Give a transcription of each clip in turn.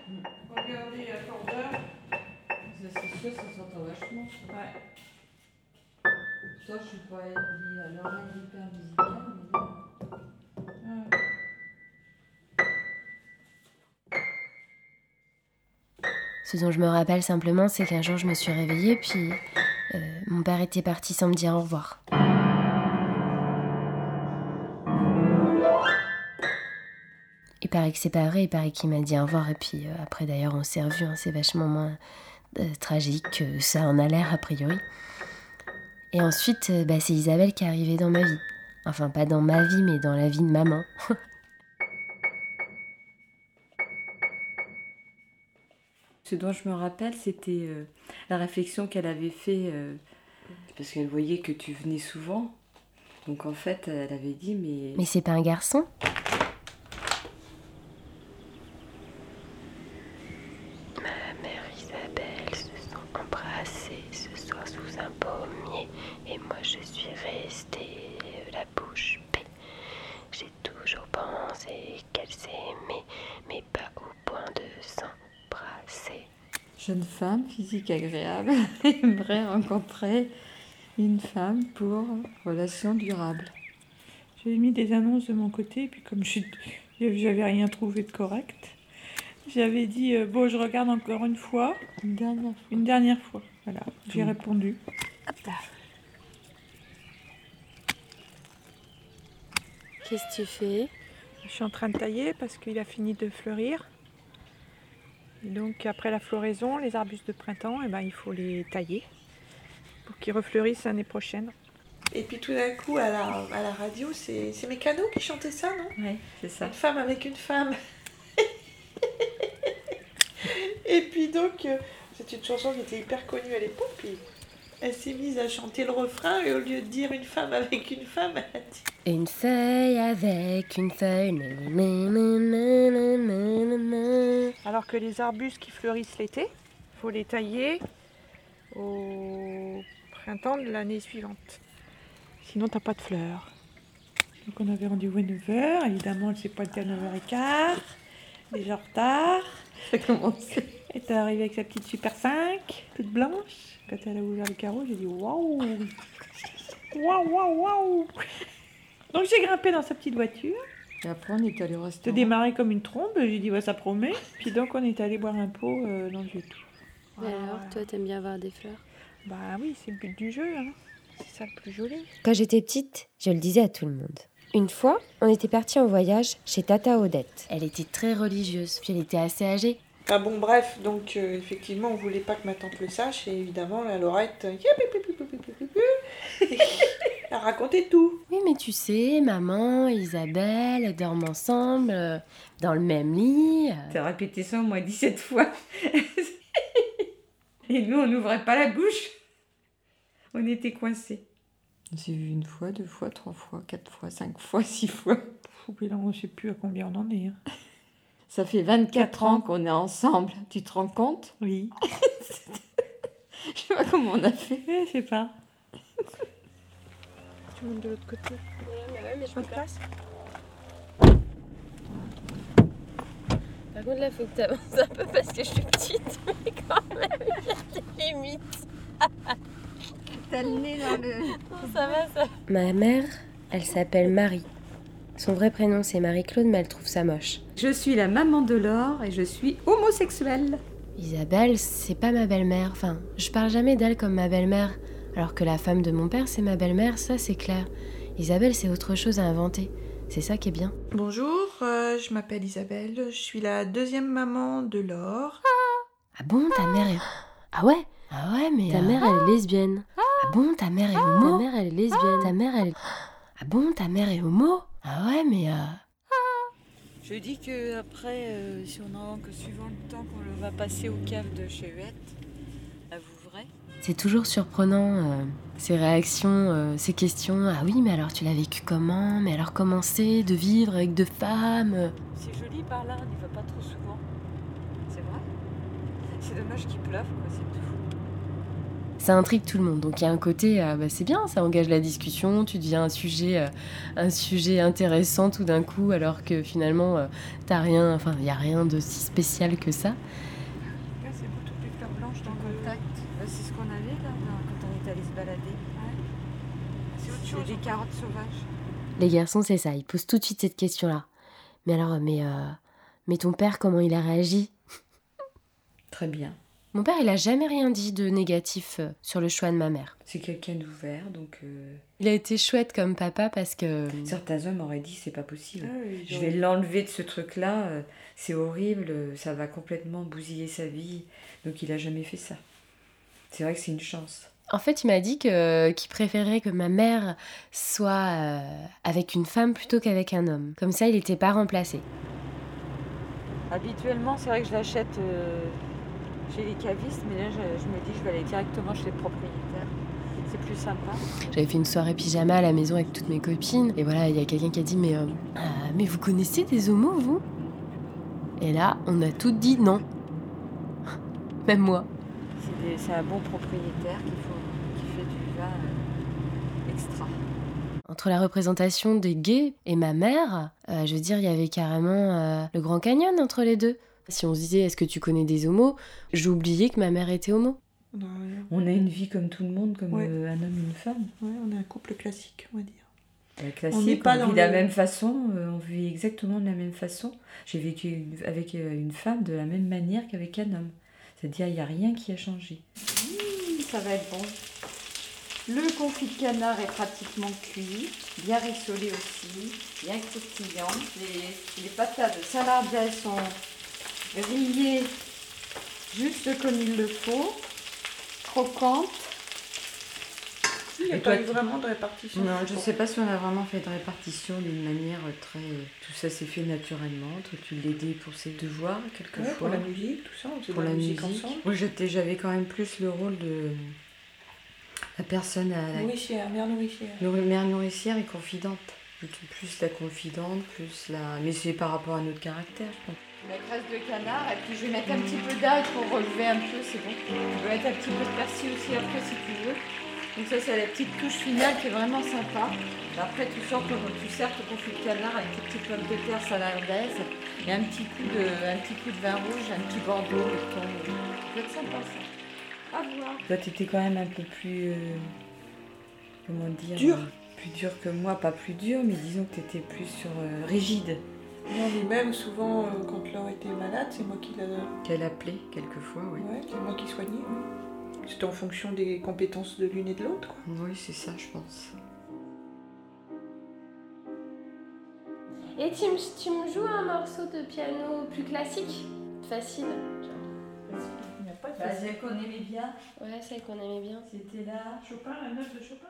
Regardez, accordeur. C'est sûr, ça s'entend vachement. Ouais. Toi, je suis pas liée à l'oreille hyper musicale, mais là... Ce dont je me rappelle simplement, c'est qu'un jour je me suis réveillée, puis mon père était parti sans me dire au revoir. Il paraît que c'est pas vrai, il paraît qu'il m'a dit au revoir, et puis après d'ailleurs on s'est revus, hein, c'est vachement moins tragique que ça en a l'air a priori. Et ensuite, c'est Isabelle qui est arrivée dans ma vie. Enfin, pas dans ma vie, mais dans la vie de maman. Ce dont je me rappelle, c'était la réflexion qu'elle avait fait, parce qu'elle voyait que tu venais souvent. Donc en fait, elle avait dit, mais... Mais c'est pas un garçon ? Ma mère Isabelle se sont embrassées ce soir sous un pommier et moi je suis restée la bouche bée. J'ai toujours pensé qu'elles s'aimaient, mais pas au point de s'embrasser. Jeune femme, physique agréable, aimerait rencontrer une femme pour relation durable. J'ai mis des annonces de mon côté, et puis comme j'avais rien trouvé de correct, j'avais dit, je regarde encore une fois. Une dernière fois, voilà. J'ai répondu. Hop là. Qu'est-ce que tu fais ? Je suis en train de tailler parce qu'il a fini de fleurir. Et donc après la floraison, les arbustes de printemps, il faut les tailler pour qu'ils refleurissent l'année prochaine. Et puis tout d'un coup, à la radio, c'est Mécano qui chantait ça, non ? Oui, c'est ça. Une femme avec une femme. Et puis donc, c'est une chanson qui était hyper connue à l'époque, puis elle s'est mise à chanter le refrain, et au lieu de dire une femme avec une femme, elle a dit... Une feuille avec une feuille. Alors que les arbustes qui fleurissent l'été, il faut les tailler au printemps de l'année suivante. Sinon, t'as pas de fleurs. Donc on avait rendez-vous à 9h. Évidemment, elle ne s'est pas dit à 9h15. Déjà en retard. Ça commence. Elle est arrivée avec sa petite Super 5, toute blanche. Quand elle a ouvert le carreau, j'ai dit waouh! Waouh, waouh, waouh! Donc j'ai grimpé dans sa petite voiture. Et après, on est allé au J'ai restaurant. démarré comme une trombe. J'ai dit ça promet. Puis donc on est allé boire un pot dans le Vieux-Tout. Et alors, toi, t'aimes bien voir des fleurs ? Bah oui, c'est le but du jeu. Hein. C'est ça le plus joli. Quand j'étais petite, je le disais à tout le monde. Une fois, on était partis en voyage chez Tata Odette. Elle était très religieuse, puis elle était assez âgée. Ah bon, bref, donc effectivement, on voulait pas que ma tante le sache, et évidemment, la Laurette, elle racontait tout. Oui, mais tu sais, maman, Isabelle, elles dorment ensemble, dans le même lit. T'as répété ça au moins 17 fois. Et nous, on n'ouvrait pas la bouche. On était coincés. On s'est vu 1 fois, 2 fois, 3 fois, 4 fois, 5 fois, 6 fois. Et là, on ne sait plus à combien on en est. Hein. Ça fait 24 ans qu'on est ensemble. Tu te rends compte ? Oui. Je sais pas comment on a fait. Je sais pas. Tu montes de l'autre côté. Ouais, mais je Pas de place. Par contre, là, faut que t'avances un peu parce que je suis petite, mais quand même, il y a des limites. T'as le nez dans le... Non, ça va, ça. Ma mère, elle s'appelle Marie. Son vrai prénom, c'est Marie-Claude, mais elle trouve ça moche. Je suis la maman de Laure et je suis homosexuelle. Isabelle, c'est pas ma belle-mère. Enfin, je parle jamais d'elle comme ma belle-mère. Alors que la femme de mon père, c'est ma belle-mère, ça c'est clair. Isabelle, c'est autre chose à inventer. C'est ça qui est bien. Bonjour, je m'appelle Isabelle, je suis la 2e maman de Laure. Ah bon, ta mère est... Ah ouais, mais... Ta mère, elle est lesbienne. Ah bon, ta mère est homo. Ta mère, elle est lesbienne. Ta mère, elle est... Ah bon, ta mère est homo. Ah ouais, mais... Je dis que après, si on en que suivant le temps qu'on le va passer au cave de chez Huette, avouerai. C'est toujours surprenant, ces réactions, ces questions. Ah oui, mais alors tu l'as vécu comment ? Mais alors comment c'est de vivre avec 2 femmes ? C'est joli par là, on n'y va pas trop souvent. C'est vrai. C'est dommage qu'il pleuve, quoi, c'est tout. Ça intrigue tout le monde. Donc il y a un côté, c'est bien, ça engage la discussion, tu deviens un sujet intéressant tout d'un coup, alors que finalement, il n'y a rien de si spécial que ça. Là, c'est beau, toutes les fleurs blanches dans le contact. C'est ce qu'on avait là, quand on est allé se balader. Ouais. C'est autre chose. C'est des carottes sauvages. Les garçons, c'est ça, ils posent tout de suite cette question-là. Mais alors, mais ton père, comment il a réagi ? Très bien. Mon père, il a jamais rien dit de négatif sur le choix de ma mère. C'est quelqu'un d'ouvert, donc... Il a été chouette comme papa parce que... Certains hommes auraient dit, c'est pas possible. Ah oui, Je vais l'enlever de ce truc-là, c'est horrible, ça va complètement bousiller sa vie. Donc il a jamais fait ça. C'est vrai que c'est une chance. En fait, il m'a dit qu'il préférait que ma mère soit avec une femme plutôt qu'avec un homme. Comme ça, il n'était pas remplacé. Habituellement, c'est vrai que je l'achète chez les cavistes, mais là, je me dis, je vais aller directement chez les propriétaires. C'est plus sympa. J'avais fait une soirée pyjama à la maison avec toutes mes copines. Et voilà, il y a quelqu'un qui a dit mais vous connaissez des homos, vous ? Et là, on a toutes dit non. Même moi. C'est un bon propriétaire qui fait du vin extra. Entre la représentation des gays et ma mère, je veux dire, il y avait carrément le Grand Canyon entre les deux. Si on se disait, est-ce que tu connais des homos ? J'ai oublié que ma mère était homo. Non, On a une vie comme tout le monde, comme Ouais. un homme et une femme. ouais, on est un couple classique, on va dire. Classique, On n'est pas dans vit de la le- même façon, on vit exactement de la même façon. J'ai vécu avec une femme de la même manière qu'avec un homme. C'est-à-dire, il n'y a rien qui a changé. Ça va être bon. Le confit de canard est pratiquement cuit, bien rissolé aussi, bien croustillant. Les patates de salade, elles sont grillées juste comme il le faut, croquantes. Il n'y a Et pas toi, eu vraiment de répartition. Non, je ne sais pas si on a vraiment fait de répartition d'une manière très... Tout ça s'est fait naturellement. Toi, tu l'aidais pour ses devoirs, Ouais, quelquefois. pour la musique, tout ça, on faisait Pour de la la musique musique. ensemble. Moi, j'avais quand même plus le rôle de la personne à la Nourricière, mère nourricière. mère nourricière et confidente. Plus la confidente, plus la... Mais c'est par rapport à notre caractère, je pense. La graisse de canard, et puis je vais mettre un petit peu d'ail pour relever un peu, c'est bon. Tu peux mettre un petit peu de persil aussi après si tu veux. Donc ça, c'est la petite touche finale qui est vraiment sympa. Après, tu sors tu sers ton confit de canard avec tes petites pommes de terre salardaise et un petit coup de vin rouge, un petit bordeaux, mettons. Ça peut être sympa ça. À voir. Toi, t'étais quand même un peu plus... comment dire Dur. Plus dur que moi, pas plus dur, mais disons que t'étais plus sur rigide. Non, mais même souvent, quand Laure était malade, c'est moi qui la... Qu'elle appelait quelquefois, oui. Ouais, c'est moi qui soignais. Ouais. C'était en fonction des compétences de l'une et de l'autre, quoi. Oui, c'est ça, je pense. Et tu me joues un morceau de piano plus classique ? Facile. Il n'y a pas de Vas-y, qu'on aimait bien. Ouais, celle qu'on aimait bien. C'était là. Chopin, la note de Chopin, là.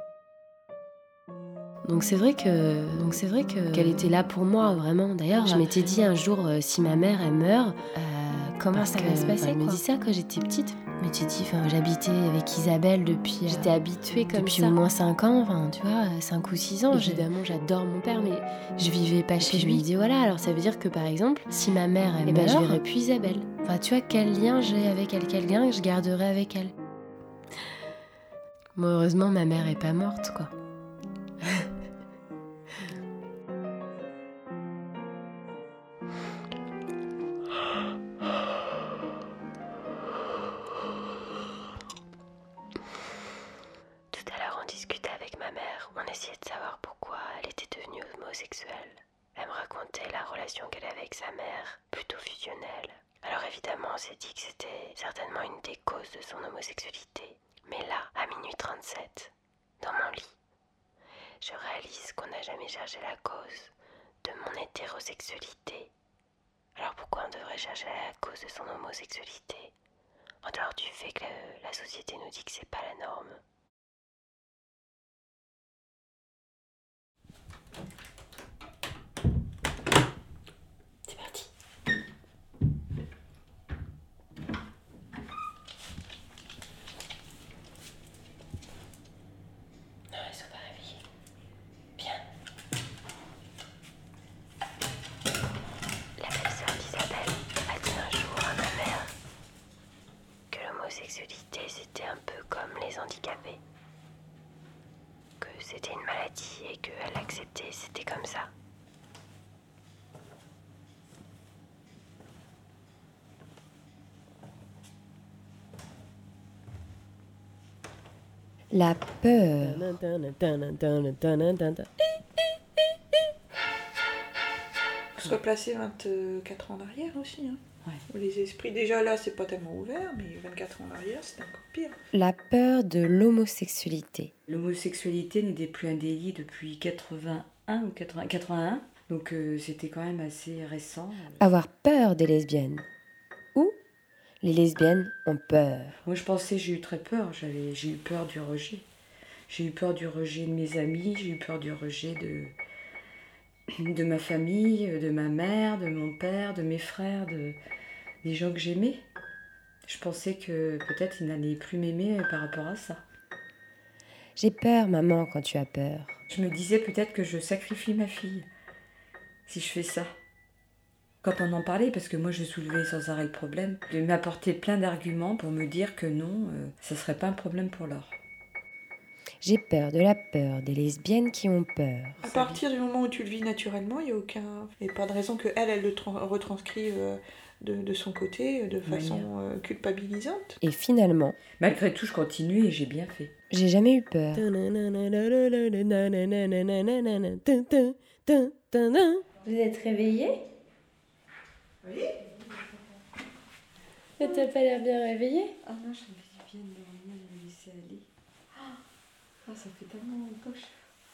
Donc c'est vrai que qu'elle était là pour moi, vraiment. D'ailleurs, je m'étais dit un jour, si ma mère, elle meurt, comment ça va se passer ? Elle me dit ça quand j'étais petite. Mais tu dis, j'habitais avec Isabelle depuis... J'étais habituée comme depuis ça. Depuis au moins 5 ans, tu vois, 5 ou 6 ans. Évidemment, j'adore mon père, mais je vivais pas chez lui. Je me disais, voilà, alors ça veut dire que par exemple, si ma mère, elle meurt, je verrai plus Isabelle. Enfin, tu vois, quel lien j'ai avec elle, quel lien que je garderai avec elle. Bon, heureusement, ma mère est pas morte, quoi. Tout à l'heure, on discutait avec ma mère. On essayait de savoir pourquoi elle était devenue homosexuelle. Elle me racontait la relation qu'elle avait avec sa mère, plutôt fusionnelle. Alors évidemment, on s'est dit que c'était certainement une des causes de son homosexualité. Mais là, à minuit 37, dans mon lit, je réalise qu'on n'a jamais cherché la cause de mon hétérosexualité. Alors pourquoi on devrait chercher la cause de son homosexualité, en dehors du fait que la société nous dit que c'est pas la norme? C'est parti. Non, ils sont pas réveillés. Bien. La belle-sœur d'Isabelle a dit un jour à ma mère que l'homosexualité c'était un peu comme La peur. Faut se replacer 24 ans en arrière aussi. Hein. Ouais. Les esprits, déjà là, c'est pas tellement ouvert, mais 24 ans en arrière, c'est encore pire. La peur de l'homosexualité. L'homosexualité n'était plus un délit depuis 81 ou 81, donc c'était quand même assez récent. Avoir peur des lesbiennes. Ou les lesbiennes ont peur. Moi je pensais, j'ai eu très peur, j'ai eu peur du rejet. J'ai eu peur du rejet de mes amis, j'ai eu peur du rejet de ma famille, de ma mère, de mon père, de mes frères, des gens que j'aimais. Je pensais que peut-être ils n'allaient plus m'aimer par rapport à ça. J'ai peur, maman, quand tu as peur. Je me disais peut-être que je sacrifie ma fille si je fais ça. Quand on en parlait, parce que moi je soulevais sans arrêt le problème, de m'apporter plein d'arguments pour me dire que non, ça serait pas un problème pour Laure. J'ai peur de la peur des lesbiennes qui ont peur. À partir du moment où tu le vis naturellement, il n'y a pas de raison qu'elle le retranscrive de son côté de façon culpabilisante. Et finalement, malgré tout, je continue et j'ai bien fait. J'ai jamais eu peur. Vous êtes réveillés ? Oui. Mais t'as pas l'air bien réveillé ? Ah non, je viens de dormir et me laisser aller. Ah, ça fait tellement longtemps que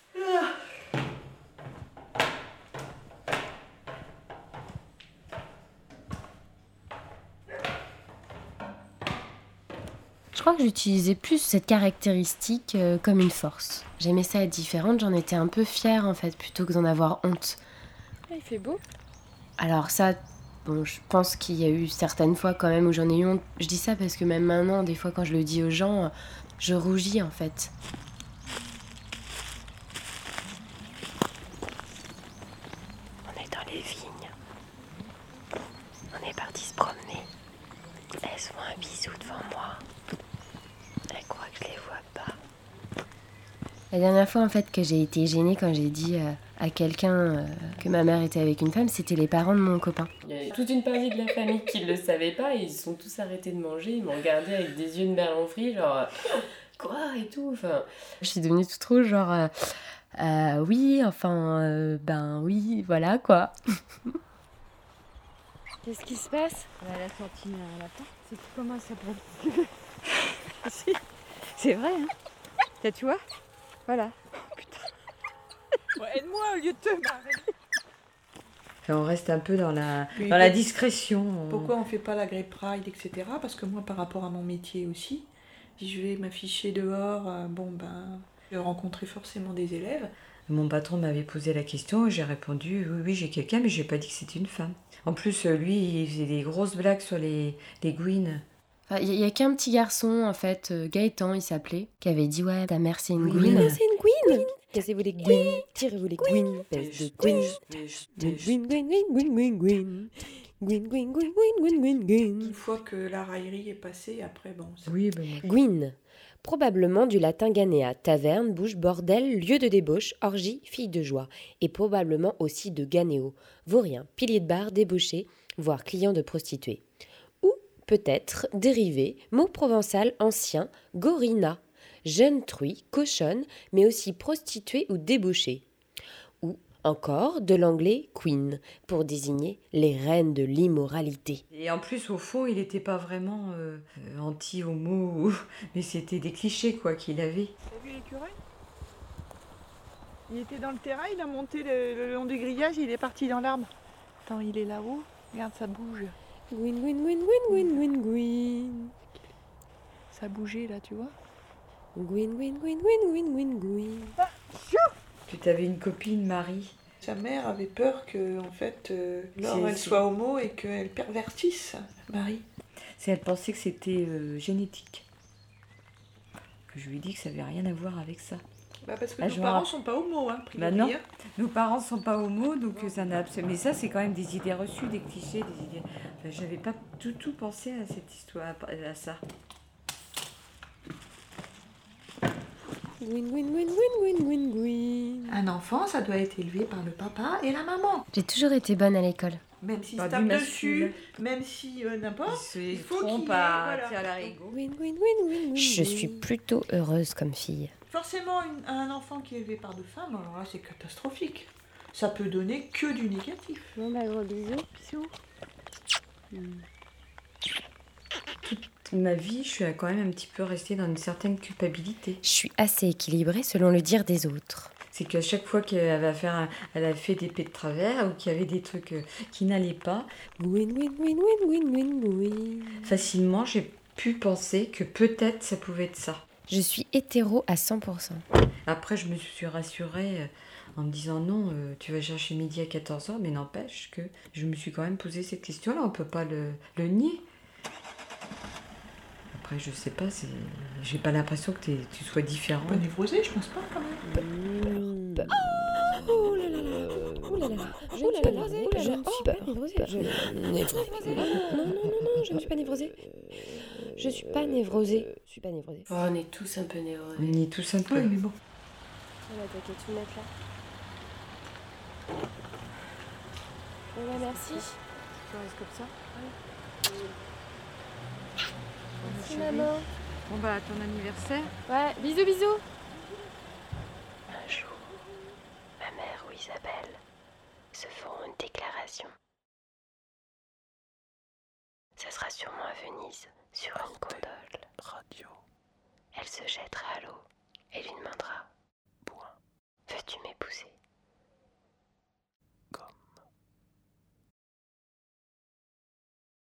Je crois que j'utilisais plus cette caractéristique comme une force. J'aimais ça être différente, j'en étais un peu fière en fait, plutôt que d'en avoir honte. Il fait beau. Alors ça, bon, je pense qu'il y a eu certaines fois quand même où j'en ai eu honte. Je dis ça parce que même maintenant, des fois quand je le dis aux gens, je rougis en fait. On est dans les vignes. On est parti se promener. Elles se font un bisou devant moi. Elles croient que je les vois pas. La dernière fois en fait que j'ai été gênée quand j'ai dit à quelqu'un que ma mère était avec une femme, c'était les parents de mon copain. Il y a toute une partie de la famille qui le savait pas et ils sont tous arrêtés de manger, ils m'ont regardé avec des yeux de merlan frit, genre quoi et tout. Enfin, je suis devenue toute rouge, genre oui, enfin ben oui, voilà quoi. Qu'est-ce qui se passe ? Elle a sorti un lapin. C'est comment ça s'appelle ? Si. C'est vrai, hein ? Là, tu vois ? Voilà. Oh, putain. Ouais, aide-moi au lieu de te marrer. on reste un peu dans la discrétion. Pourquoi on fait pas la Grey Pride, etc. Parce que moi, par rapport à mon métier aussi, si je vais m'afficher dehors, je vais rencontrer forcément des élèves. Mon patron m'avait posé la question et j'ai répondu oui, j'ai quelqu'un, mais j'ai pas dit que c'était une femme. En plus, lui, il faisait des grosses blagues sur les gouines. Il y a qu'un petit garçon, en fait, Gaëtan, il s'appelait, qui avait dit ouais, ta mère c'est une Oui. gouine. C'est une gouine. Cassez-vous les gouines, tirez-vous les gouines, peste de gouines. Gouine, gouine, gouine, gouine, gouine. Gouine, gouine, gouine, gouine, gouine, gouine. Une fois que la raillerie est passée, après, bon... Oui, Gouine, probablement du latin ganéa, taverne, bouche, bordel, lieu de débauche, orgie, fille de joie, et probablement aussi de ganéo, vaurien, pilier de bar, débauché, voire client de prostituée. Ou peut-être dérivé, mot provençal ancien, gorina, jeune truie, cochonne, mais aussi prostituée ou débauchée. Ou encore de l'anglais queen, pour désigner les reines de l'immoralité. Et en plus, au fond, il n'était pas vraiment anti-homo, mais c'était des clichés quoi qu'il avait. T'as vu l'écureuil ? Il était dans le terrain, il a monté le long du grillage, il est parti dans l'arbre. Attends, il est là-haut, regarde, ça bouge. Gouine, gouine, gouine, gouine, gouine, gouine. Ça a bougé là, tu vois ? Gouine, gouine, gouine, gouine, gouine, gouine, gouine. Tu avais une copine, Marie. Sa mère avait peur que, en fait, Laure, elle soit homo et qu'elle pervertisse Marie. Elle pensait que c'était génétique. Que je lui ai dit que ça n'avait rien à voir avec ça. Parce que nos parents sont pas homo, hein, non, nos parents sont pas homo, donc ça n'a absolument... Mais ça, c'est quand même des idées reçues, des clichés, des idées... Enfin, j'avais pas du tout pensé à cette histoire, à ça. Gouin, gouin, gouin, gouin, gouin, gouin, gouin. Un enfant, ça doit être élevé par le papa et la maman. J'ai toujours été bonne à l'école. Même s'il Pas se du tape masculin. dessus, même si n'importe. Il faut trompe qu'il y ait, à voilà. tirer à l'arigot. Gouin, gouin, gouin, gouin, gouin, Je gouin. suis plutôt heureuse comme fille. Forcément, un enfant qui est élevé par deux femmes, alors là, c'est catastrophique. Ça peut donner que du négatif. Bon bah gros bisous. Bisous. Toute ma vie, je suis quand même un petit peu restée dans une certaine culpabilité. Je suis assez équilibrée selon le dire des autres. C'est qu'à chaque fois qu'elle va faire, elle a fait des pets de travers ou qu'il y avait des trucs qui n'allaient pas, Gouin, gouin, gouin, gouin, gouin, gouin, gouin. facilement, j'ai pu penser que peut-être ça pouvait être ça. Je suis hétéro à 100%. Après, je me suis rassurée en me disant non, tu vas chercher midi à 14h, mais n'empêche que je me suis quand même posé cette question-là, on peut pas le nier. Après, je sais pas, j'ai pas l'impression que tu sois différent. Pas névrosé, je pense pas quand même. Oh là là là. Oh là là là. Je ne suis pas névrosée. Je ne suis pas névrosée. Non, je ne suis pas névrosée. Je suis pas névrosée. Je suis pas névrosée. Oh, on est tous un peu névrosés. On y est tous un peu. Oui, mais bon. Voilà, t'as qu'à tout mettre là. Bon bah merci. Ça reste comme ça. Merci maman. Bon bah à ton anniversaire. Ouais, bisous bisous. Un jour, ma mère ou Isabelle se feront une déclaration. Ça sera sûrement à Venise, sur une gondole. Radio. Elle se jettera à l'eau et lui demandera: Veux-tu m'épouser?